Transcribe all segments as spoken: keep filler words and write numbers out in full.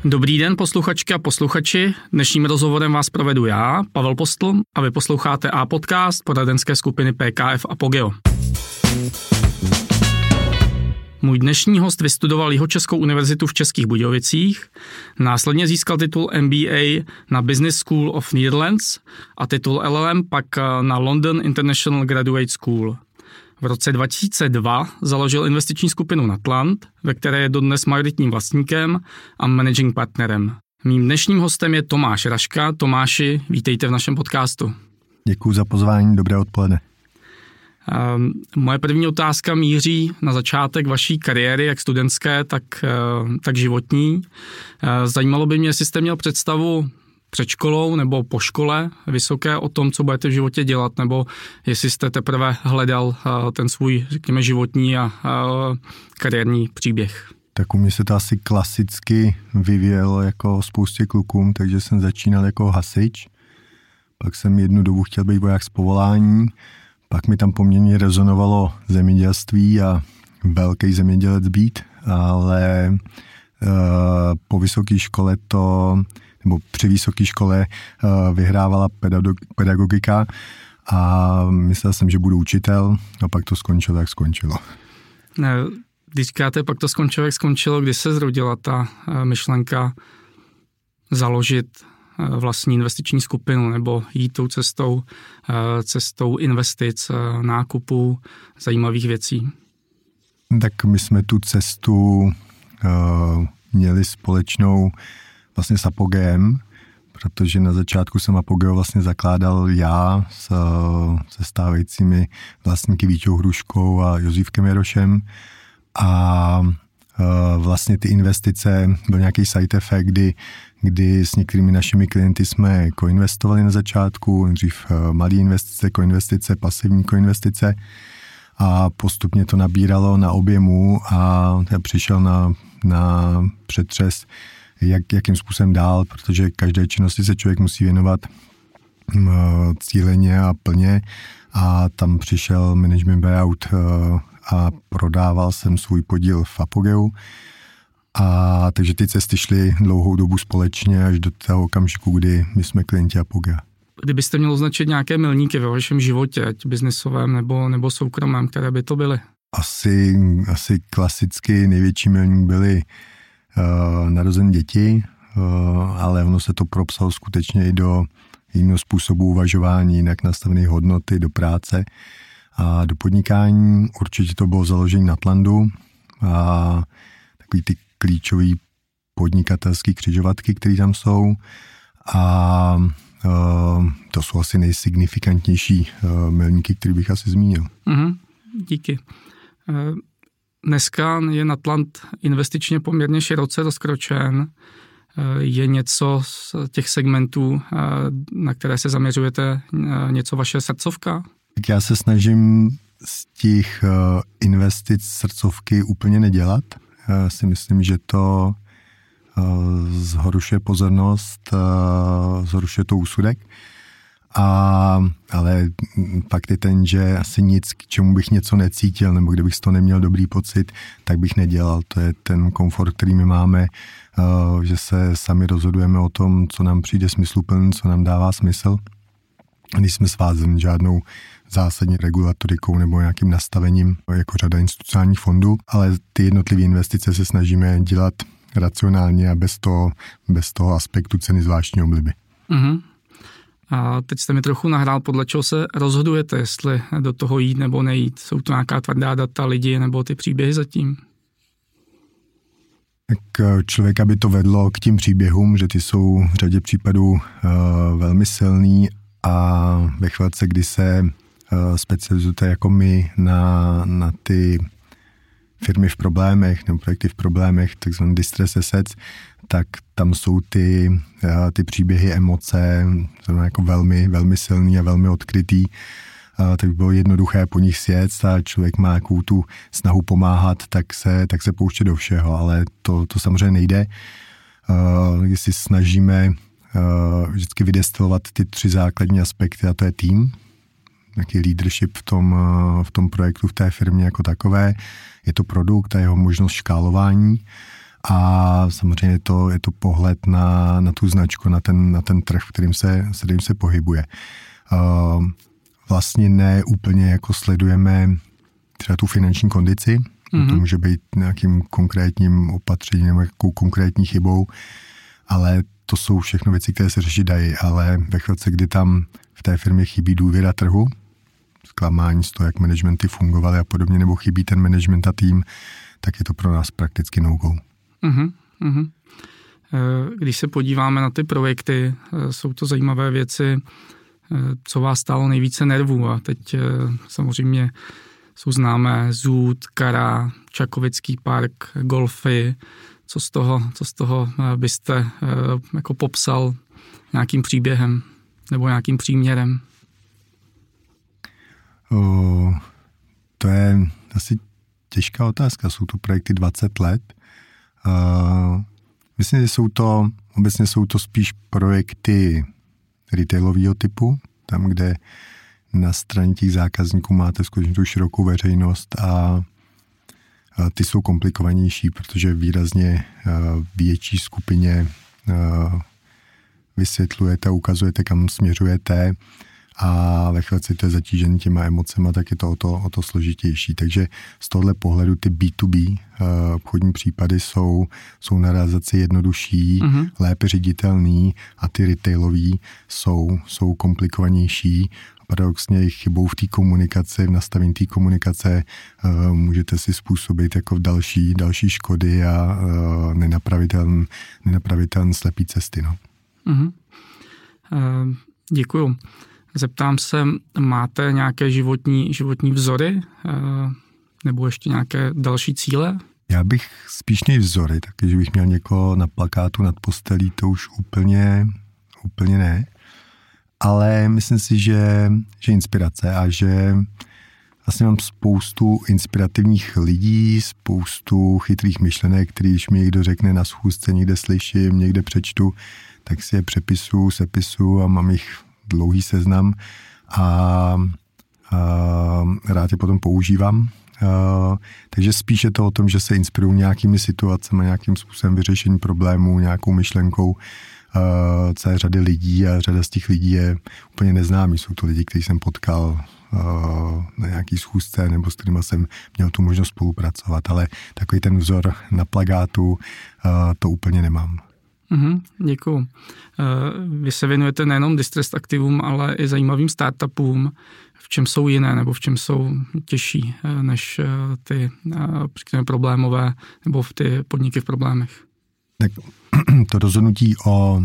Dobrý den, posluchačky a posluchači. Dnešním rozhovorem vás provedu já, Pavel Postl, a vy posloucháte A-podcast poradenské skupiny P K F Apogeo. Můj dnešní host vystudoval Jihočeskou univerzitu v Českých Budějovicích, následně získal titul M B A na Business School of Netherlands a titul L L M pak na London International Graduate School. V roce dva tisíce dva založil investiční skupinu Natland, ve které je dodnes majoritním vlastníkem a managing partnerem. Mým dnešním hostem je Tomáš Raška. Tomáši, vítejte v našem podcastu. Děkuji za pozvání, dobré odpoledne. Um, moje první otázka míří na začátek vaší kariéry, jak studentské, tak, uh, tak životní. Uh, zajímalo by mě, jestli jste měl představu před školou nebo po škole vysoké o tom, co budete v životě dělat, nebo jestli jste teprve hledal uh, ten svůj, řekněme, životní a uh, kariérní příběh. Tak u mě se to asi klasicky vyvíjelo jako spoustě klukům, takže jsem začínal jako hasič, pak jsem jednu dobu chtěl být voják z povolání, pak mi tam poměrně rezonovalo zemědělství a velký zemědělec být, ale uh, po vysoké škole to, nebo při vysoké škole uh, vyhrávala pedagog, pedagogika a myslel jsem, že budu učitel a pak to skončilo, jak skončilo. Ne, když říkáte, pak to skončilo, jak skončilo, kdy se zrodila ta uh, myšlenka založit vlastní investiční skupinu nebo jít tou cestou, cestou investic, nákupů, zajímavých věcí? Tak my jsme tu cestu uh, měli společnou vlastně s Apogeem, protože na začátku jsem Apogeo vlastně zakládal já s, se stávajícími vlastníky Víťou Hruškou a Josífkem Jarošem a vlastně ty investice byl nějaký side effect, kdy, kdy s některými našimi klienty jsme koinvestovali na začátku, dřív malé investice, koinvestice, pasivní koinvestice a postupně to nabíralo na objemu a já přišel na, na přetřes, jak, jakým způsobem dál, protože každé činnosti se člověk musí věnovat cíleně a plně a tam přišel management buyout a prodával jsem svůj podíl v Apogeu. A takže ty cesty šly dlouhou dobu společně až do toho okamžiku, kdy my jsme klienti Apogea. Kdybyste měl označit nějaké milníky ve vašem životě, ať biznisovém nebo, nebo soukromém, které by to byly? Asi, asi klasicky největší milník byly uh, narození děti, uh, ale ono se to propsalo skutečně i do jiného způsobu uvažování, jinak nastavené hodnoty do práce. A do podnikání určitě to bylo založení Natlandu a takový ty klíčový podnikatelský křižovatky, které tam jsou a uh, to jsou asi nejsignifikantnější uh, milníky, které bych asi zmínil. Mm-hmm, díky. Uh, dneska je Natland investičně poměrně široce rozkročen. Uh, je něco z těch segmentů, uh, na které se zaměřujete, uh, něco vaše srdcovka? Tak já se snažím z těch uh, investic srdcovky úplně nedělat. Já si myslím, že to uh, zhoršuje pozornost, uh, zhoršuje to úsudek. A, ale fakt je ten, že asi nic, k čemu bych něco necítil, nebo kdybych z toho neměl dobrý pocit, tak bych nedělal. To je ten komfort, který my máme, uh, že se sami rozhodujeme o tom, co nám přijde smysluplný, co nám dává smysl. Když jsme svázeni žádnou zásadní regulatorikou nebo nějakým nastavením jako řada institucionálních fondů, ale ty jednotlivé investice se snažíme dělat racionálně a bez toho, bez toho aspektu ceny zvláštní obliby. Uh-huh. A teď jste mi trochu nahrál, podle čeho se rozhodujete, jestli do toho jít nebo nejít. Jsou to nějaká tvrdá data, lidi nebo ty příběhy zatím? Tak člověka by to vedlo k tím příběhům, že ty jsou v řadě případů uh, velmi silný a ve chvíli, kdy se uh, specializujete jako my na, na ty firmy v problémech nebo projekty v problémech, takzvané distress assets, tak tam jsou ty, uh, ty příběhy, emoce jako velmi, velmi silný a velmi odkrytý. Uh, tak by bylo jednoduché po nich sjet a člověk má jakou tu snahu pomáhat, tak se, tak se pouště do všeho, ale to, to samozřejmě nejde. Uh, když si snažíme uh, vždycky vydestilovat ty tři základní aspekty, a to je tým, nějaký leadership v tom, uh, v tom projektu, v té firmě jako takové, je to produkt a jeho možnost škálování a samozřejmě je to, je to pohled na, na tu značku, na ten, na ten trh, v kterým se, s kterým se pohybuje. Uh, vlastně ne úplně jako sledujeme třeba tu finanční kondici, mm-hmm. to může být nějakým konkrétním opatřením nebo jakou konkrétní chybou, ale to jsou všechno věci, které se řešit dají, ale ve chvíli, kdy tam v té firmě chybí důvěra trhu, zklamání z toho, jak managementy fungovaly a podobně, nebo chybí ten management a tým, tak je to pro nás prakticky no-go. Uh-huh, uh-huh. Když se podíváme na ty projekty, jsou to zajímavé věci, co vás stálo nejvíce nervů a teď samozřejmě jsou známé Zůd, Kara, Čakovický park, golfy. Co z toho, co z toho byste jako popsal nějakým příběhem nebo nějakým příměrem? O, to je asi těžká otázka. Jsou to projekty dvacet let. Uh, myslím, že jsou to, obecně jsou to spíš projekty retailového typu, tam, kde na straně těch zákazníků máte skutečně tu širokou veřejnost a, a ty jsou komplikovanější, protože výrazně uh, větší skupině uh, vysvětlujete, ukazujete, kam směřujete a ve chvíli, to je zatížený těma emocema, tak je to o to, o to složitější. Takže z tohohle pohledu ty bé dvě bé uh, obchodní případy jsou, jsou na realizaci jednodušší, mm-hmm. lépe ředitelný a ty retailový jsou, jsou komplikovanější. Paradoxně jejich chybou v té komunikaci, v nastavení té komunikace uh, můžete si způsobit jako další, další škody a uh, nenapravitelný, nenapravitelný slepý cesty. No. Mm-hmm. Uh, děkuju. Zeptám se, máte nějaké životní, životní vzory nebo ještě nějaké další cíle? Já bych spíš než vzory, takže bych měl někoho na plakátu nad postelí, to už úplně, úplně ne. Ale myslím si, že, že inspirace a že vlastně mám spoustu inspirativních lidí, spoustu chytrých myšlenek, který když mi někdo řekne na schůzce, někde slyším, někde přečtu, tak si je přepisuju, sepisuju a mám jich dlouhý seznam a, a rád je potom používám. A, takže spíš je to o tom, že se inspiruju nějakými situacemi, nějakým způsobem vyřešení problémů, nějakou myšlenkou a, celé řady lidí a řada z těch lidí je úplně neznámý. Jsou to lidi, kteří jsem potkal a, na nějaký schůzce nebo s kterými jsem měl tu možnost spolupracovat, ale takový ten vzor na plakátu a, to úplně nemám. Mm-hmm, děkuju. Vy se věnujete nejenom distressed aktivům, ale i zajímavým startupům. V čem jsou jiné nebo v čem jsou těžší než ty problémové nebo v ty podniky v problémech? Tak to rozhodnutí o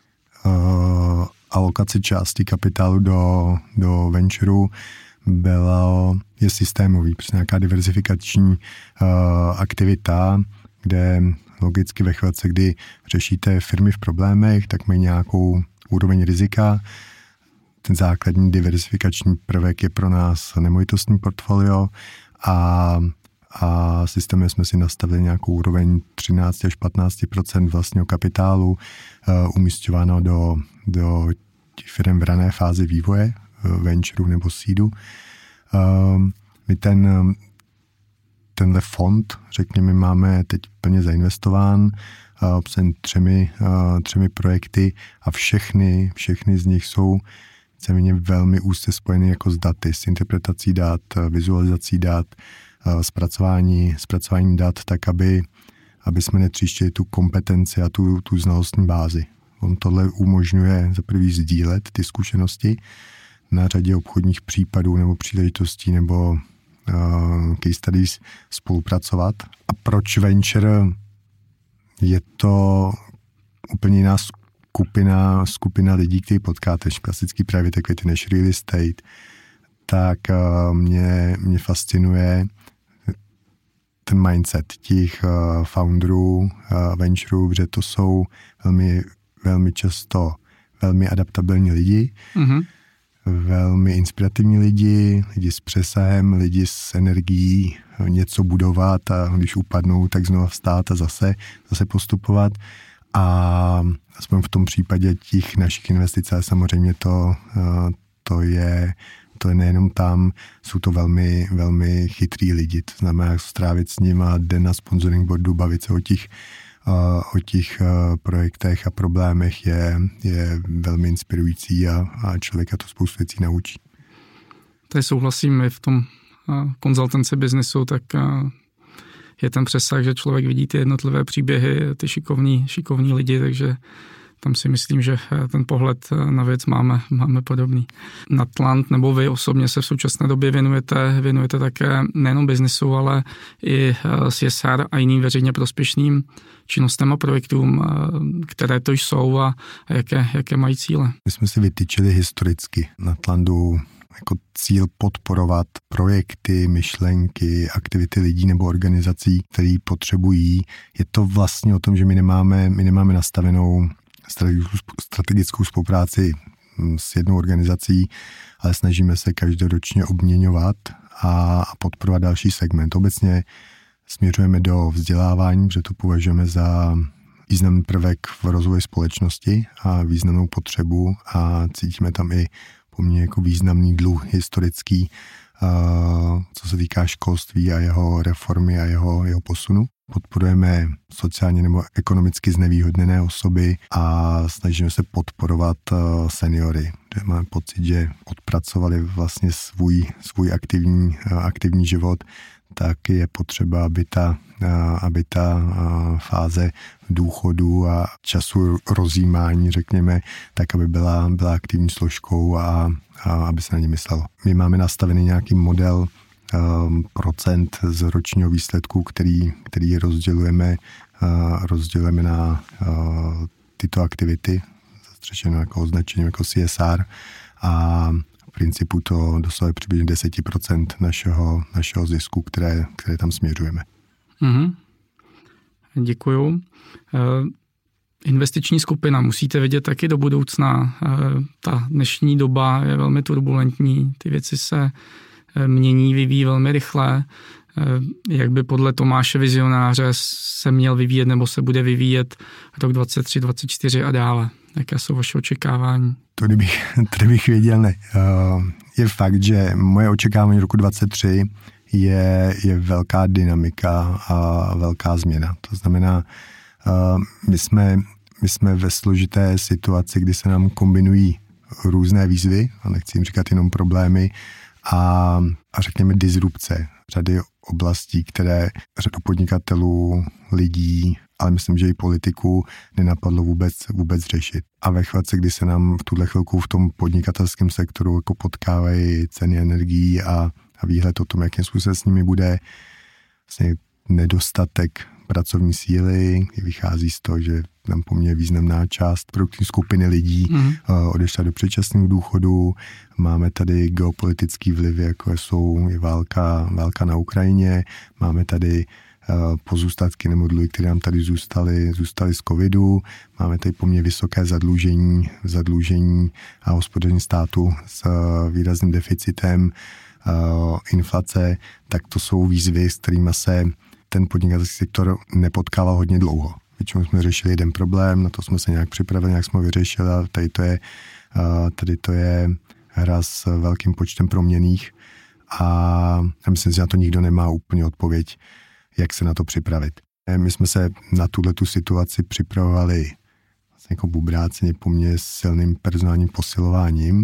uh, alokaci části kapitálu do, do ventureu bylo, je systémový, prostě nějaká diverzifikační uh, aktivita, kde logicky ve chvíli, kdy řešíte firmy v problémech, tak mají nějakou úroveň rizika. Ten základní diversifikační prvek je pro nás nemovitostní portfolio a, a systémem jsme si nastavili nějakou úroveň třináct až patnáct procent vlastního kapitálu uh, umísťováno do, do firm v rané fázi vývoje, uh, ventureu nebo seedu. Uh, my ten Tenhle fond, řekněme, máme teď plně zainvestován uh, třemi, uh, třemi projekty a všechny, všechny z nich jsou víceméně velmi úzce spojeny jako s daty, s interpretací dat, vizualizací dat, uh, zpracování, zpracování dat, tak aby, aby jsme netříštili tu kompetenci a tu, tu znalostní bázi. On tohle umožňuje za prvý sdílet ty zkušenosti na řadě obchodních případů nebo příležitostí nebo case studies spolupracovat. A proč venture? Je to úplně jiná skupina, skupina lidí, který potkáte, klasický private equity než real estate, tak mě, mě fascinuje ten mindset těch founderů venturů, protože to jsou velmi, velmi často velmi adaptabilní lidi, mm-hmm. velmi inspirativní lidi, lidi s přesahem, lidi s energií něco budovat a když upadnou, tak znova vstát a zase, zase postupovat. A aspoň v tom případě těch našich investic, ale samozřejmě to, to je to je nejenom tam, jsou to velmi, velmi chytrý lidi. To znamená, strávit s nima den na sponsoring boardu, bavit se o těch, o těch projektech a problémech je, je velmi inspirující a, a člověka to spoustu věcí naučí. Tady souhlasím, i v tom konzultance biznesu, tak je ten přesah, že člověk vidí ty jednotlivé příběhy, ty šikovní, šikovní lidi, takže tam si myslím, že ten pohled na věc máme, máme podobný. Natlant nebo vy osobně se v současné době věnujete, věnujete také nejenom biznesu, ale i C S R a jiným veřejně prospěšným činnostem a projektům, které to jsou a jaké, jaké mají cíle. My jsme si vytyčili historicky Natlandu jako cíl podporovat projekty, myšlenky, aktivity lidí nebo organizací, které potřebují. Je to vlastně o tom, že my nemáme, my nemáme nastavenou strategickou, strategickou spolupráci s jednou organizací, ale snažíme se každoročně obměňovat a podporovat další segment. Obecně směřujeme do vzdělávání, protože to považujeme za významný prvek v rozvoji společnosti a významnou potřebu a cítíme tam i poměrně jako významný dluh historický, co se týká školství a jeho reformy a jeho, jeho posunu. Podporujeme sociálně nebo ekonomicky znevýhodněné osoby a snažíme se podporovat seniory. Máme pocit, že odpracovali vlastně svůj, svůj aktivní, aktivní život, tak je potřeba, aby ta, aby ta fáze důchodu a času rozjímání, řekněme, tak aby byla, byla aktivní složkou a, a aby se na ně myslelo. My máme nastavený nějaký model um, procent z ročního výsledku, který, který rozdělujeme, uh, rozdělujeme na uh, tyto aktivity, zastřešeno jako označením jako C S R a v principu to dosahuje přibližně deset procent našeho, našeho zisku, které, které tam směřujeme. Mm-hmm. Děkuju. Uh, investiční skupina musíte vidět taky do budoucna. Uh, ta dnešní doba je velmi turbulentní, ty věci se uh, mění, vyvíjí velmi rychle. Uh, jak by podle Tomáše Vizionáře se měl vyvíjet nebo se bude vyvíjet rok dvacet tři, dvacet čtyři a dále? Jaké jsou vaše očekávání? To kdybych, to kdybych věděl, ne. Uh, je fakt, že moje očekávání roku dvacet tři je, je velká dynamika a velká změna. To znamená, uh, my jsme, my jsme ve složité situaci, kdy se nám kombinují různé výzvy, a nechci jim říkat jenom problémy, a, a řekněme disrupce řady oblastí, které řadu podnikatelů, lidí, ale myslím, že i politiků nenapadlo vůbec, vůbec řešit. A ve chvíli, kdy se nám v tuhle chvilku v tom podnikatelském sektoru jako potkávají ceny energií a, a výhled o tom, jakým způsobem s nimi bude vlastně nedostatek pracovní síly, vychází z toho, že nám poměrně významná část produkční skupiny lidí mm. odešla do předčasných důchodů. Máme tady geopolitický vlivy, jako jsou je válka, válka na Ukrajině. Máme tady pozůstatky nebo dluhy, které nám tady zůstaly, zůstaly z covidu. Máme tady poměrně vysoké zadlužení, zadlužení a hospodaření státu s výrazným deficitem, inflace, tak to jsou výzvy, s kterými se ten podnikatelský sektor nepotkával hodně dlouho. Většinou jsme řešili jeden problém, na to jsme se nějak připravili, nějak jsme ho vyřešili a tady to je, tady to je hra s velkým počtem proměnných a já myslím, že na to nikdo nemá úplně odpověď, jak se na to připravit. My jsme se na tuhletu situaci připravovali vlastně jako bubráceně poměrně silným personálním posilováním.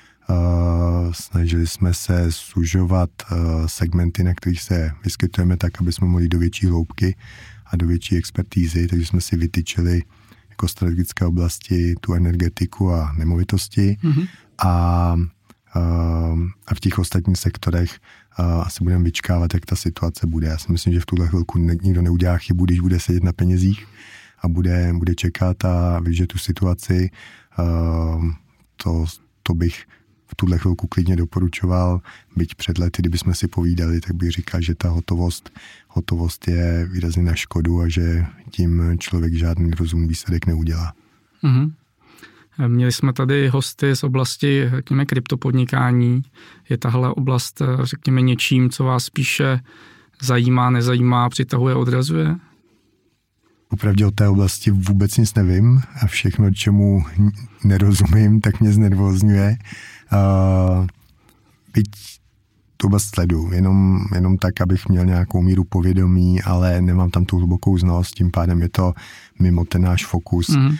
Uh, snažili jsme se sužovat uh, segmenty, na kterých se vyskytujeme tak, aby jsme mohli do větší hloubky a do větší expertízy, takže jsme si vytyčili jako strategické oblasti tu energetiku a nemovitosti mm-hmm. a, uh, a v těch ostatních sektorech uh, asi budeme vyčkávat, jak ta situace bude. Já si myslím, že v tuhle chvilku nikdo neudělá chybu, když bude sedět na penězích a bude, bude čekat a vidí, že tu situaci uh, to, to bych v tuhle chvilku klidně doporučoval, byť před lety, kdybychom si povídali, tak bych říkal, že ta hotovost, hotovost je výrazně na škodu a že tím člověk žádný rozumný výsledek neudělá. Mm-hmm. Měli jsme tady hosty z oblasti, řekněme, kryptopodnikání. Je tahle oblast, řekněme, něčím, co vás spíše zajímá, nezajímá, přitahuje, odrazuje? Opravdu o té oblasti vůbec nic nevím a všechno, čemu nerozumím, tak mě znervózňuje. Uh, byť tu oblast sleduju, jenom, jenom tak, abych měl nějakou míru povědomí, ale nemám tam tu hlubokou znalost, tím pádem je to mimo ten náš fokus mm. uh,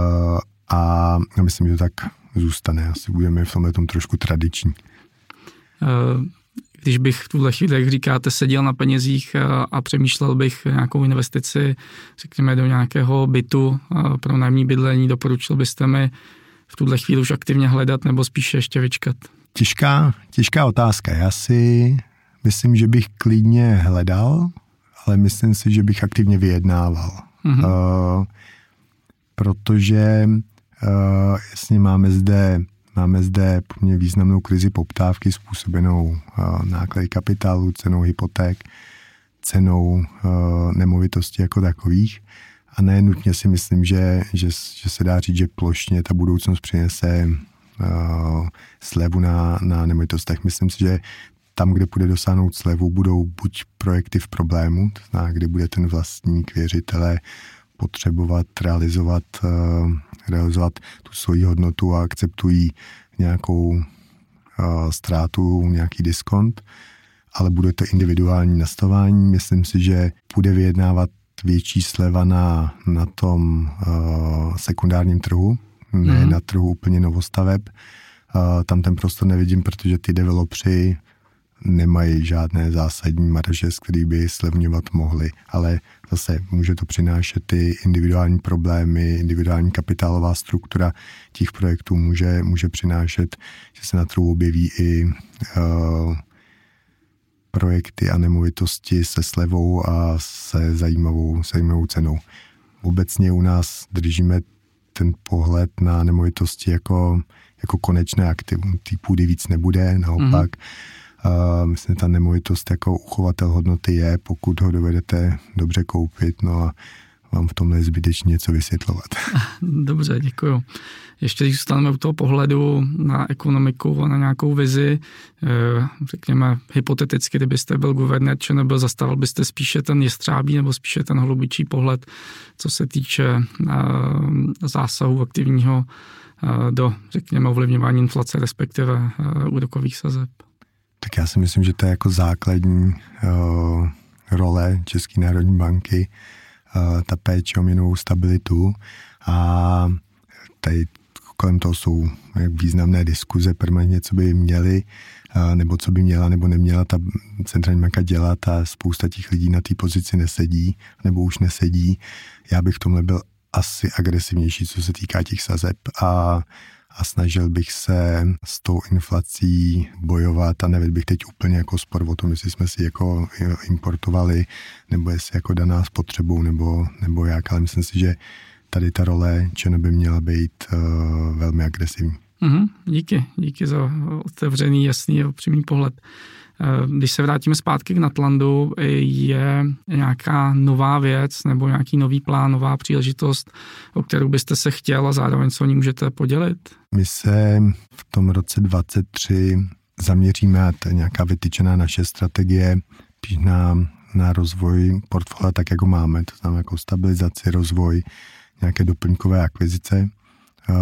a myslím, že tak zůstane. Asi budeme v tomhle tom trošku tradiční. Uh, když bych v tuhle chvíli, jak říkáte, seděl na penězích a, a přemýšlel bych nějakou investici, řekněme do nějakého bytu uh, pro nájemní bydlení, doporučil byste mi v tuhle chvíli už aktivně hledat nebo spíše ještě vyčkat? Těžká, těžká otázka. Já si myslím, že bych klidně hledal, ale myslím si, že bych aktivně vyjednával. Mm-hmm. Uh, protože uh, jasně máme zde, máme zde poměrně významnou krizi poptávky způsobenou uh, náklady kapitálu, cenou hypoték, cenou uh, nemovitosti jako takových. A ne nutně si myslím, že, že, že se dá říct, že plošně ta budoucnost přinese uh, slevu na, na nemovitostech. Myslím si, že tam, kde bude dosáhnout slevu, budou buď projekty v problému, to znamená, kdy bude ten vlastník, věřitele potřebovat realizovat, uh, realizovat tu svoji hodnotu a akceptují nějakou uh, ztrátu, nějaký diskont, ale bude to individuální nastavování. Myslím si, že bude vyjednávat větší sleva na, na tom uh, sekundárním trhu, ne mm. na trhu úplně novostaveb. Uh, tam ten prostor nevidím, protože ty developři nemají žádné zásadní marže, z kterých by slevňovat mohli, ale zase může to přinášet ty individuální problémy, individuální kapitálová struktura těch projektů může, může přinášet, že se na trhu objeví i uh, projekty a nemovitosti se slevou a se zajímavou, zajímavou cenou. Obecně u nás držíme ten pohled na nemovitosti jako, jako konečné aktivum. Té půdy víc nebude, naopak. Mm-hmm. Uh, myslím, ta nemovitost jako uchovatel hodnoty je, pokud ho dovedete dobře koupit, no a vám v tomhle je zbytečně něco vysvětlovat. Dobře, děkuju. Ještě když zůstaneme u toho pohledu na ekonomiku a na nějakou vizi, řekněme hypoteticky, kdybyste byl guvernér ČNB, zastával byste spíše ten jestřábí nebo spíše ten holubičí pohled, co se týče zásahu aktivního do, řekněme, ovlivňování inflace, respektive úrokových sazeb? Tak já si myslím, že to je jako základní role České národní banky, ta péče o měnovou stabilitu a tady kolem toho jsou významné diskuze permanentně, co by měli, nebo co by měla nebo neměla ta centrální banka dělat a spousta těch lidí na té pozici nesedí, nebo už nesedí. Já bych v tomhle byl asi agresivnější, co se týká těch sazeb a, a snažil bych se s tou inflací bojovat a nevedl bych teď úplně jako spor o tom, jestli jsme si jako importovali, nebo jestli jako daná spotřebou, nebo, nebo jak, ale myslím si, že tady ta role ČNB by měla být uh, velmi agresivní. Mm-hmm, díky, díky za otevřený, jasný a upřímný pohled. Když se vrátíme zpátky k Natlandu, je nějaká nová věc nebo nějaký nový plán, nová příležitost, o kterou byste se chtěl a zároveň se o ní můžete podělit? My se v tom roce dvacet tři zaměříme, a to je nějaká vytyčená naše strategie, na, na rozvoj portfolia tak, jako máme, to znamená jako stabilizaci, rozvoj, nějaké doplňkové akvizice uh,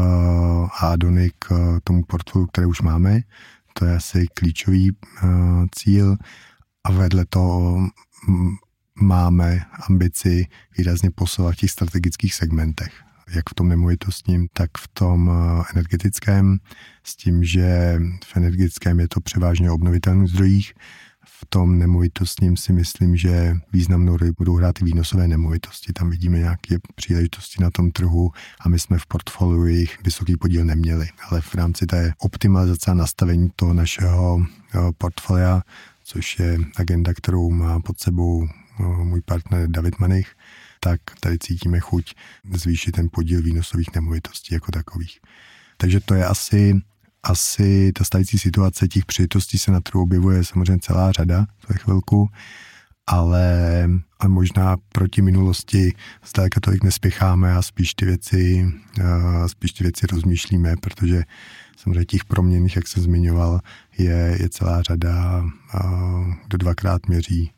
a dony k tomu portfoliu, které už máme. To je asi klíčový uh, cíl a vedle toho m, máme ambici výrazně posouvat v těch strategických segmentech, jak v tom nemovitostním, tak v tom uh, energetickém, s tím, že v energetickém je to převážně o obnovitelných zdrojích. V tom nemovitostním si myslím, že významnou roli budou hrát i výnosové nemovitosti. Tam vidíme nějaké příležitosti na tom trhu a my jsme v portfoliu jejich vysoký podíl neměli. Ale v rámci té optimalizace a nastavení toho našeho portfolia, což je agenda, kterou má pod sebou můj partner David Manich, tak tady cítíme chuť zvýšit ten podíl výnosových nemovitostí jako takových. Takže to je asi Asi ta stávající situace, těch příležitostí se na trhu objevuje samozřejmě celá řada, to je chvilku, ale, ale možná proti minulosti zdaleka tolik nespěcháme a spíš ty věci, spíš ty věci rozmýšlíme, protože samozřejmě těch proměnných, jak jsem zmiňoval, je, je celá řada, kdo dvakrát měří,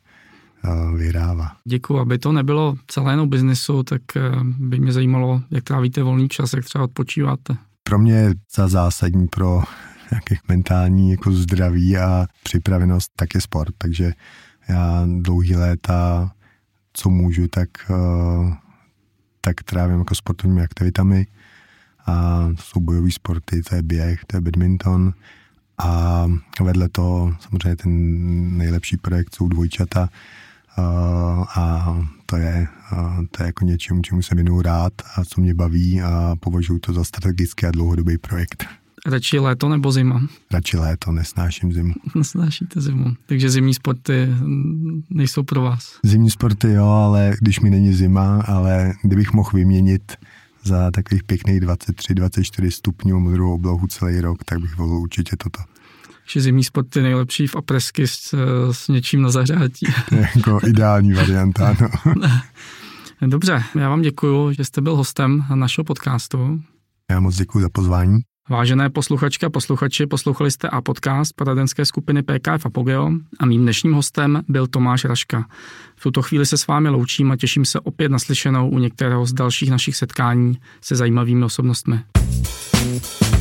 vyhrává. Děkuji, aby to nebylo celé jenom biznesu, tak by mě zajímalo, jak trávíte volný čas, jak třeba odpočíváte. Pro mě je za zásadní pro nějakých mentální jako zdraví a připravenost, tak je sport. Takže já dlouhý léta, co můžu, tak, tak trávím jako sportovními aktivitami. A jsou bojový sporty, to je běh, to je badminton. A vedle toho samozřejmě ten nejlepší projekt jsou dvojčata. A to je, to je jako něčemu, čemu se věnuju rád a co mě baví a považuji to za strategický a dlouhodobý projekt. Radši léto nebo zima? Radši léto, nesnáším zimu. Nesnášíte zimu, takže zimní sporty nejsou pro vás. Zimní sporty jo, ale když mi není zima, ale kdybych mohl vyměnit za takových pěkných dvacet tři dvacet čtyři stupňů modrou oblohu celý rok, tak bych volil určitě toto. Takže zimní sport je nejlepší v apresky s, s něčím na zahřátí. To je jako ideální varianta, no. Dobře, já vám děkuju, že jste byl hostem našeho podcastu. Já moc děkuju za pozvání. Vážené posluchačky a posluchači, poslouchali jste a podcast poradenské skupiny P K F Apogeo a mým dnešním hostem byl Tomáš Raška. V tuto chvíli se s vámi loučím a těším se opět na slyšenou u některého z dalších našich setkání se zajímavými osobnostmi.